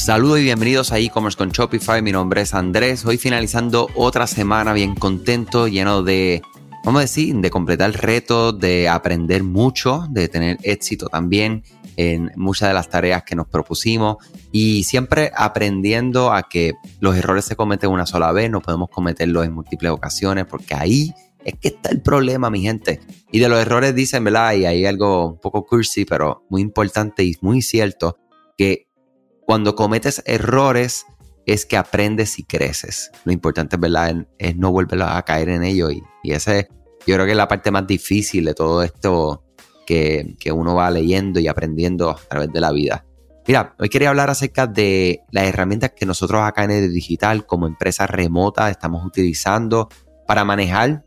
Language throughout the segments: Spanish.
Saludos y bienvenidos a E-Commerce con Shopify. Mi nombre es Andrés. Hoy finalizando otra semana bien contento, lleno de, vamos a decir, de completar retos, de aprender mucho, de tener éxito también en muchas de las tareas que nos propusimos y siempre aprendiendo a que los errores se cometen una sola vez, no podemos cometerlos en múltiples ocasiones porque ahí es que está el problema, mi gente. Y de los errores dicen, ¿verdad? Y hay algo un poco cursi, pero muy importante y muy cierto, que cuando cometes errores es que aprendes y creces. Lo importante, ¿verdad?, es no volver a caer en ello. Y ese, yo creo que es la parte más difícil de todo esto que uno va leyendo y aprendiendo a través de la vida. Mira, hoy quería hablar acerca de las herramientas que nosotros acá en ED Digital como empresa remota estamos utilizando para manejar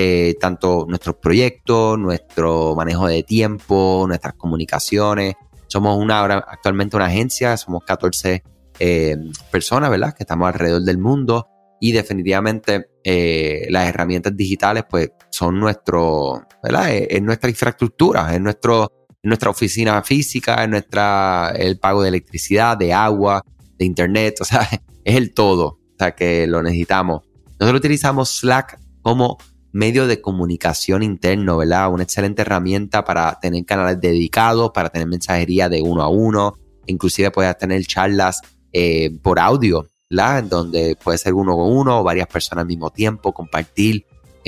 tanto nuestros proyectos, nuestro manejo de tiempo, nuestras comunicaciones. Somos actualmente una agencia, somos 14 personas, ¿verdad?, que estamos alrededor del mundo y definitivamente las herramientas digitales pues son ¿verdad? Es nuestra infraestructura, es nuestra oficina física, es el pago de electricidad, de agua, de internet, o sea, es el todo, o sea, que lo necesitamos. Nosotros utilizamos Slack como medio de comunicación interno, ¿verdad? Una excelente herramienta para tener canales dedicados, para tener mensajería de uno a uno, inclusive puedes tener charlas por audio, ¿verdad? Donde puede ser uno con uno o varias personas al mismo tiempo, compartir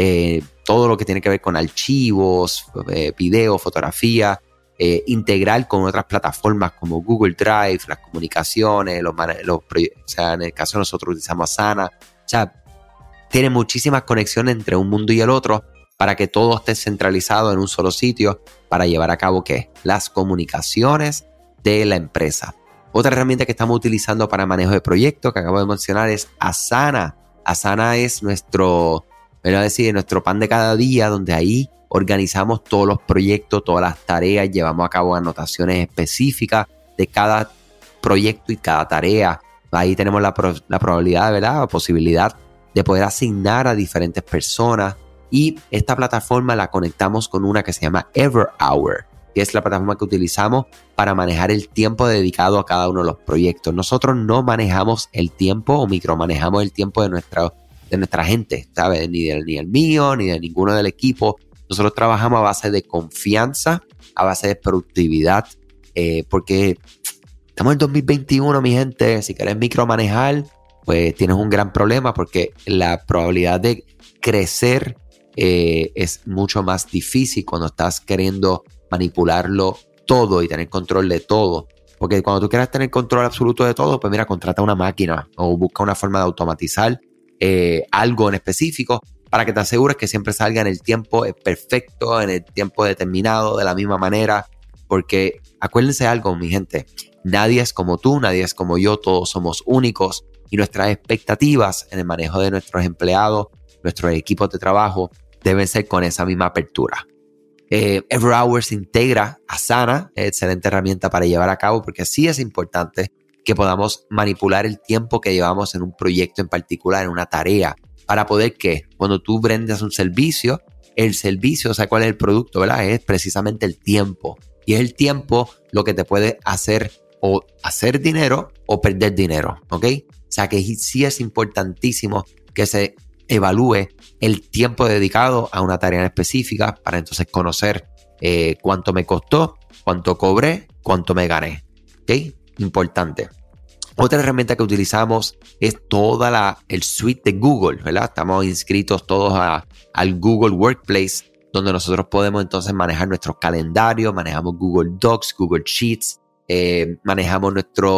todo lo que tiene que ver con archivos, videos, fotografía, integrar con otras plataformas como Google Drive, las comunicaciones, o sea, en el caso de nosotros utilizamos Asana, o sea, tiene muchísimas conexiones entre un mundo y el otro para que todo esté centralizado en un solo sitio para llevar a cabo, ¿qué? Las comunicaciones de la empresa. Otra herramienta que estamos utilizando para manejo de proyectos que acabo de mencionar es Asana. Asana es nuestro pan de cada día, donde ahí organizamos todos los proyectos, todas las tareas, llevamos a cabo anotaciones específicas de cada proyecto y cada tarea. Ahí tenemos la probabilidad, ¿verdad?, la posibilidad de poder asignar a diferentes personas y esta plataforma la conectamos con una que se llama EverHour, que es la plataforma que utilizamos para manejar el tiempo dedicado a cada uno de los proyectos. Nosotros no manejamos el tiempo o micromanejamos el tiempo de nuestra gente, ¿sabes? Ni el mío, ni de ninguno del equipo. Nosotros trabajamos a base de confianza, a base de productividad, porque estamos en 2021, mi gente. Si quieres micromanejar, pues tienes un gran problema porque la probabilidad de crecer es mucho más difícil cuando estás queriendo manipularlo todo y tener control de todo. Porque cuando tú quieras tener control absoluto de todo, pues mira, contrata una máquina o busca una forma de automatizar algo en específico para que te asegures que siempre salga en el tiempo perfecto, en el tiempo determinado, de la misma manera. Porque acuérdense algo, mi gente, nadie es como tú, nadie es como yo, todos somos únicos. Y nuestras expectativas en el manejo de nuestros empleados, nuestros equipos de trabajo, deben ser con esa misma apertura. EverHour se integra a Asana, excelente herramienta para llevar a cabo, porque sí es importante que podamos manipular el tiempo que llevamos en un proyecto en particular, en una tarea, para poder que cuando tú brindas un servicio, el servicio, o sea, ¿cuál es el producto, verdad? Es precisamente el tiempo. Y es el tiempo lo que te puede hacer o hacer dinero o perder dinero, ¿ok? O sea que sí es importantísimo que se evalúe el tiempo dedicado a una tarea en específica para entonces conocer cuánto me costó, cuánto cobré, cuánto me gané, ¿ok? Importante. Otra herramienta que utilizamos es toda el suite de Google, ¿verdad? Estamos inscritos todos al Google Workplace, donde nosotros podemos entonces manejar nuestros calendarios, manejamos Google Docs, Google Sheets, manejamos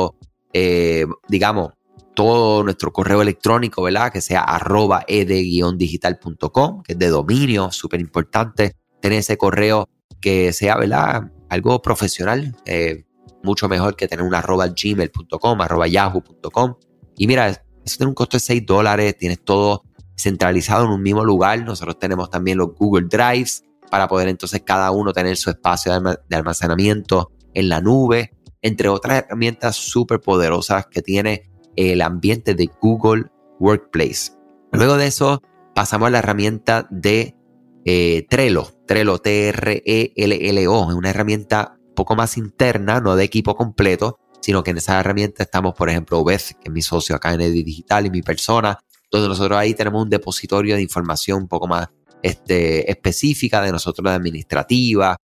todo nuestro correo electrónico, ¿verdad? Que sea @ed-digital.com, que es de dominio, súper importante tener ese correo que sea, ¿verdad?, algo profesional, mucho mejor que tener un @gmail.com, @yahoo.com. Y mira, eso tiene un costo de $6, tienes todo centralizado en un mismo lugar. Nosotros tenemos también los Google Drives para poder entonces cada uno tener su espacio de almacenamiento en la nube, entre otras herramientas súper poderosas que tiene el ambiente de Google Workplace. Luego de eso pasamos a la herramienta de Trello, Trello, Trello, es una herramienta un poco más interna, no de equipo completo, sino que en esa herramienta estamos, por ejemplo, Beth, que es mi socio acá en Edit Digital, y mi persona, donde nosotros ahí tenemos un depositorio de información un poco más específica de nosotros, de administrativa,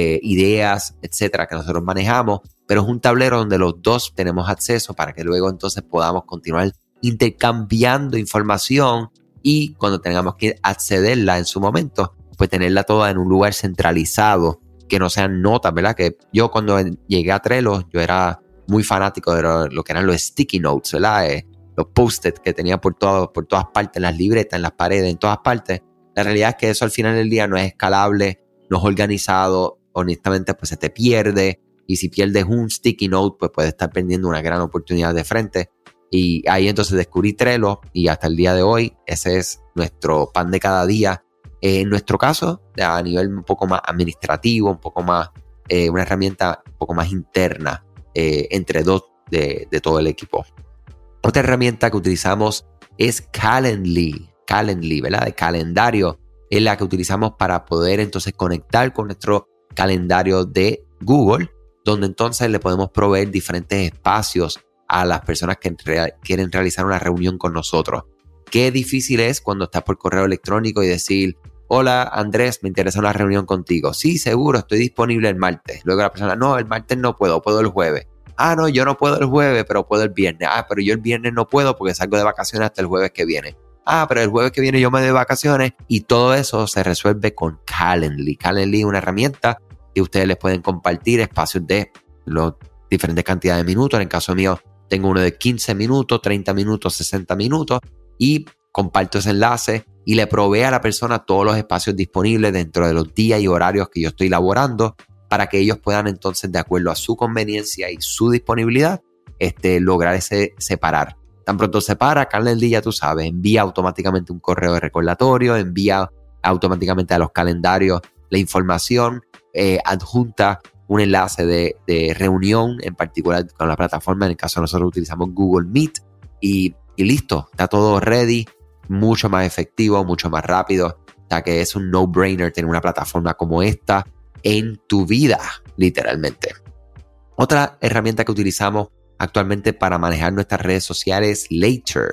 ideas, etcétera, que nosotros manejamos, pero es un tablero donde los dos tenemos acceso para que luego entonces podamos continuar intercambiando información y cuando tengamos que accederla en su momento, pues tenerla toda en un lugar centralizado, que no sean notas, ¿verdad? Que yo cuando llegué a Trello, yo era muy fanático de lo que eran los sticky notes, ¿verdad? Los post-it que tenía por todas partes, en las libretas, en las paredes, en todas partes. La realidad es que eso al final del día no es escalable, no es organizado, honestamente pues se te pierde, y si pierdes un sticky note pues puedes estar perdiendo una gran oportunidad de frente. Y ahí entonces descubrí Trello y hasta el día de hoy ese es nuestro pan de cada día. En nuestro caso, a nivel un poco más administrativo, un poco más, una herramienta un poco más interna entre dos de todo el equipo. Otra herramienta que utilizamos es Calendly, ¿verdad? De calendario, es la que utilizamos para poder entonces conectar con nuestro calendario de Google, donde entonces le podemos proveer diferentes espacios a las personas que quieren realizar una reunión con nosotros. Qué difícil es cuando estás por correo electrónico y decir: hola Andrés, me interesa una reunión contigo. Sí, seguro, estoy disponible el martes. Luego la persona: no, el martes no puedo el jueves. Ah, no, yo no puedo el jueves, pero puedo el viernes. Ah, pero yo el viernes no puedo porque salgo de vacaciones hasta el jueves que viene. Ah, pero el jueves que viene yo me doy de vacaciones. Y todo eso se resuelve con Calendly. Calendly es una herramienta que ustedes les pueden compartir espacios de diferentes cantidades de minutos. En el caso mío, tengo uno de 15 minutos, 30 minutos, 60 minutos y comparto ese enlace y le provee a la persona todos los espacios disponibles dentro de los días y horarios que yo estoy laborando para que ellos puedan entonces, de acuerdo a su conveniencia y su disponibilidad, lograr ese separar. Tan pronto separa, Calendly, ya tú sabes, envía automáticamente un correo de recordatorio, envía automáticamente a los calendarios la información, adjunta un enlace de reunión, en particular con la plataforma. En el caso de nosotros utilizamos Google Meet y listo, está todo ready, mucho más efectivo, mucho más rápido. O sea que es un no-brainer tener una plataforma como esta en tu vida, literalmente. Otra herramienta que utilizamos actualmente para manejar nuestras redes sociales es Later,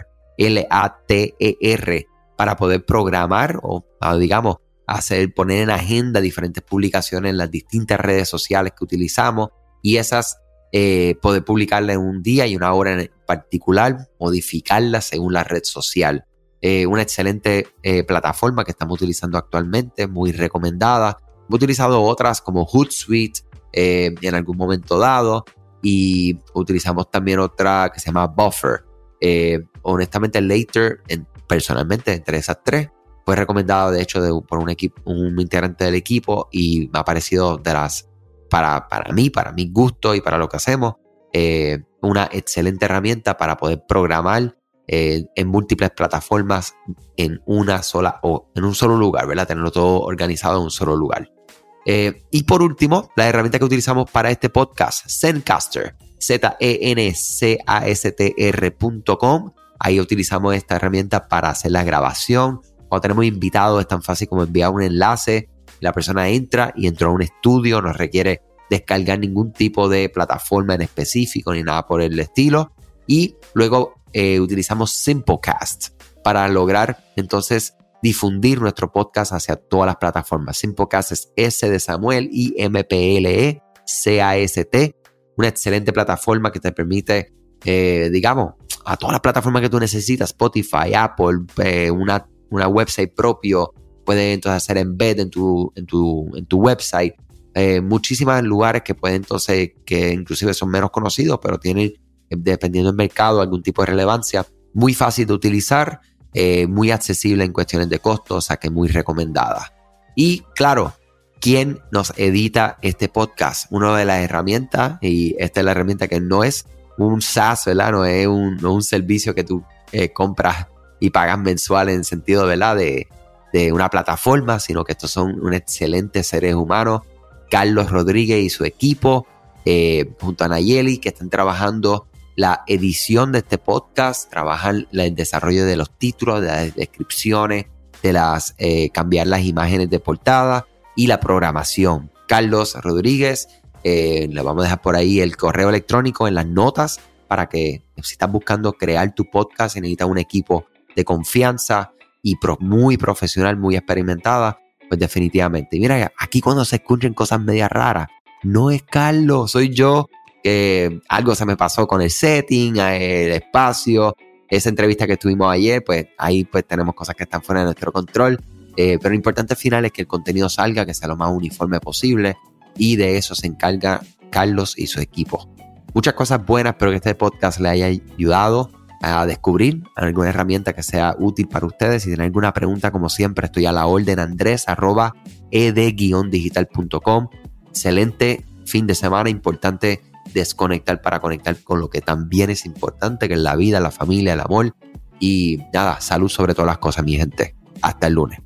L-A-T-E-R, para poder programar o digamos, poner en agenda diferentes publicaciones en las distintas redes sociales que utilizamos y esas poder publicarlas en un día y una hora en particular, modificarlas según la red social. Una excelente plataforma que estamos utilizando actualmente, muy recomendada. He utilizado otras como Hootsuite en algún momento dado y utilizamos también otra que se llama Buffer. Honestamente, Later, personalmente, entre esas tres, fue recomendado de hecho por un integrante del equipo y me ha parecido para mi gusto y para lo que hacemos, una excelente herramienta para poder programar en múltiples plataformas en una sola o en un solo lugar, ¿verdad? Tenerlo todo organizado en un solo lugar. Y por último, la herramienta que utilizamos para este podcast, Zencastr, zencastr.com. Ahí utilizamos esta herramienta para hacer la grabación. Cuando tenemos invitados es tan fácil como enviar un enlace, la persona entra y entró a un estudio, no requiere descargar ningún tipo de plataforma en específico ni nada por el estilo. Y luego utilizamos Simplecast para lograr entonces difundir nuestro podcast hacia todas las plataformas. Simplecast es S de Samuel y M-P-L-E-C-A-S-T, una excelente plataforma que te permite, digamos, a todas las plataformas que tú necesitas, Spotify, Apple, una website propio, puedes entonces hacer embed en tu website, muchísimos lugares que pueden entonces, que inclusive son menos conocidos, pero tienen, dependiendo del mercado, algún tipo de relevancia, muy fácil de utilizar, muy accesible en cuestiones de costos, o sea que muy recomendada. Y claro, ¿quién nos edita este podcast? Una de las herramientas, y esta es la herramienta que no es un SaaS, ¿verdad? No es un servicio que tú compras y pagas mensual en sentido, ¿verdad? De una plataforma, sino que estos son un excelentes seres humanos. Carlos Rodríguez y su equipo, junto a Nayeli, que están trabajando la edición de este podcast, trabajan el desarrollo de los títulos, de las descripciones, cambiar las imágenes de portada y la programación. Carlos Rodríguez Le vamos a dejar por ahí el correo electrónico en las notas para que si estás buscando crear tu podcast y necesitas un equipo de confianza y muy profesional, muy experimentada, pues definitivamente. Y mira, aquí cuando se escuchen cosas medias raras, no es Carlos, soy yo, que algo se me pasó con el setting, el espacio, esa entrevista que tuvimos ayer, pues ahí pues tenemos cosas que están fuera de nuestro control, pero lo importante al final es que el contenido salga, que sea lo más uniforme posible, y de eso se encarga Carlos y su equipo. Muchas cosas buenas, espero que este podcast les haya ayudado a descubrir alguna herramienta que sea útil para ustedes. Si tienen alguna pregunta, como siempre, estoy a la orden, andres@ed-digital.com. Excelente fin de semana, importante desconectar para conectar con lo que también es importante, que es la vida, la familia, el amor. Y nada, salud sobre todas las cosas, mi gente. Hasta el lunes.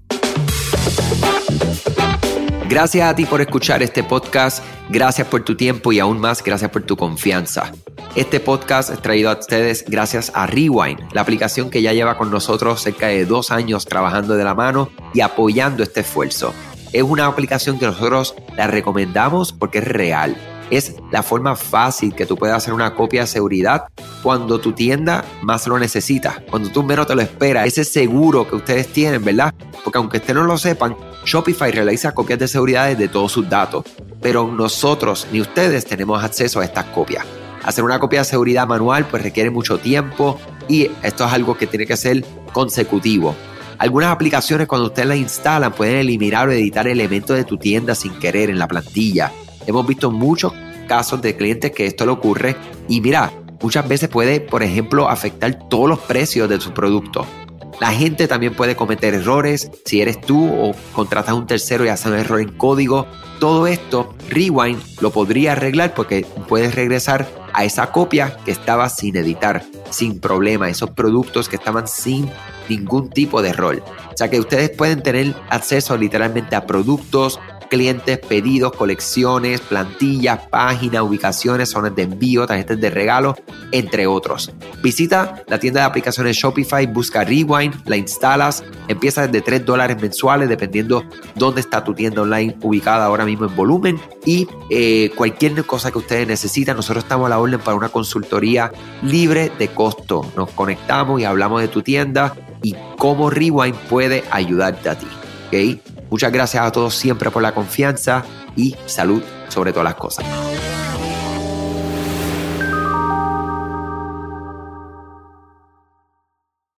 Gracias a ti por escuchar este podcast, gracias por tu tiempo y aún más gracias por tu confianza. Este podcast es traído a ustedes gracias a Rewind, la aplicación que ya lleva con nosotros cerca de 2 años trabajando de la mano y apoyando este esfuerzo. Es una aplicación que nosotros la recomendamos porque es real. Es la forma fácil que tú puedes hacer una copia de seguridad cuando tu tienda más lo necesita, cuando tú menos te lo esperas. Ese seguro que ustedes tienen, ¿verdad? Porque aunque ustedes no lo sepan, Shopify realiza copias de seguridad de todos sus datos, pero nosotros ni ustedes tenemos acceso a estas copias. Hacer una copia de seguridad manual pues requiere mucho tiempo y esto es algo que tiene que ser consecutivo. Algunas aplicaciones cuando ustedes las instalan pueden eliminar o editar elementos de tu tienda sin querer en la plantilla. Hemos visto muchos casos de clientes que esto le ocurre y mira, muchas veces puede, por ejemplo, afectar todos los precios de su producto. La gente también puede cometer errores si eres tú o contratas a un tercero y hace un error en código. Todo esto, Rewind lo podría arreglar porque puedes regresar a esa copia que estaba sin editar, sin problema, esos productos que estaban sin ningún tipo de error. O sea que ustedes pueden tener acceso literalmente a productos, clientes, pedidos, colecciones, plantillas, páginas, ubicaciones, zonas de envío, tarjetas de regalo, entre otros. Visita la tienda de aplicaciones Shopify, busca Rewind, la instalas, empieza desde $3 mensuales dependiendo dónde está tu tienda online ubicada ahora mismo en volumen y cualquier cosa que ustedes necesitan, nosotros estamos a la orden para una consultoría libre de costo. Nos conectamos y hablamos de tu tienda y cómo Rewind puede ayudarte a ti. ¿Okay? Muchas gracias a todos siempre por la confianza y salud sobre todas las cosas.